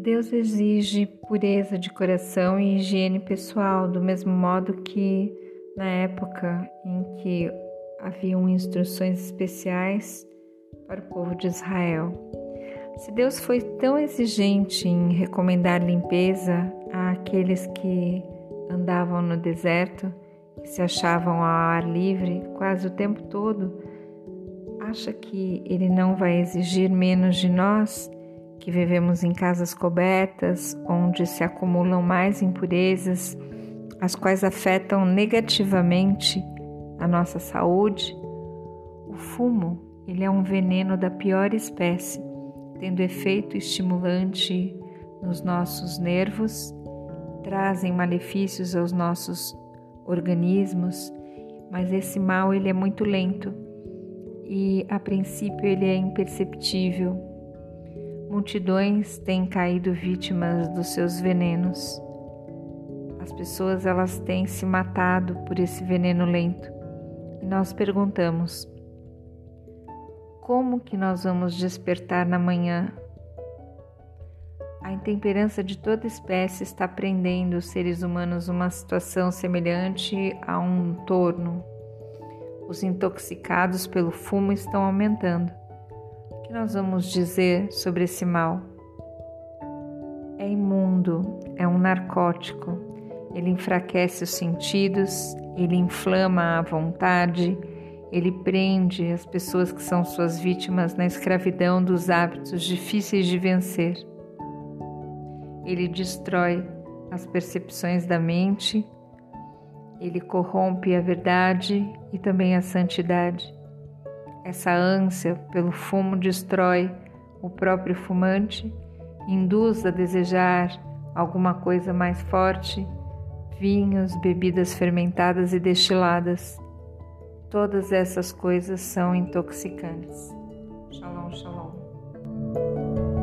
Deus exige pureza de coração e higiene pessoal, do mesmo modo que na época em que haviam instruções especiais para o povo de Israel. Se Deus foi tão exigente em recomendar limpeza àqueles que andavam no deserto, que se achavam ao ar livre quase o tempo todo, acha que Ele não vai exigir menos de nós, que vivemos em casas cobertas, onde se acumulam mais impurezas, as quais afetam negativamente a nossa saúde? O fumo, ele é um veneno da pior espécie, tendo efeito estimulante nos nossos nervos, trazem malefícios aos nossos organismos, mas esse mal ele é muito lento e a princípio ele é imperceptível. Multidões têm caído vítimas dos seus venenos. As pessoas elas têm se matado por esse veneno lento. E nós perguntamos: como que nós vamos despertar na manhã? A intemperança de toda espécie está prendendo os seres humanos uma situação semelhante a um torno. Os intoxicados pelo fumo estão aumentando. O que nós vamos dizer sobre esse mal? É imundo, é um narcótico. Ele enfraquece os sentidos, ele inflama a vontade, ele prende as pessoas que são suas vítimas na escravidão dos hábitos difíceis de vencer. Ele destrói as percepções da mente, ele corrompe a verdade e também a santidade. Essa ânsia pelo fumo destrói o próprio fumante, induz a desejar alguma coisa mais forte, vinhos, bebidas fermentadas e destiladas. Todas essas coisas são intoxicantes. Shalom, shalom.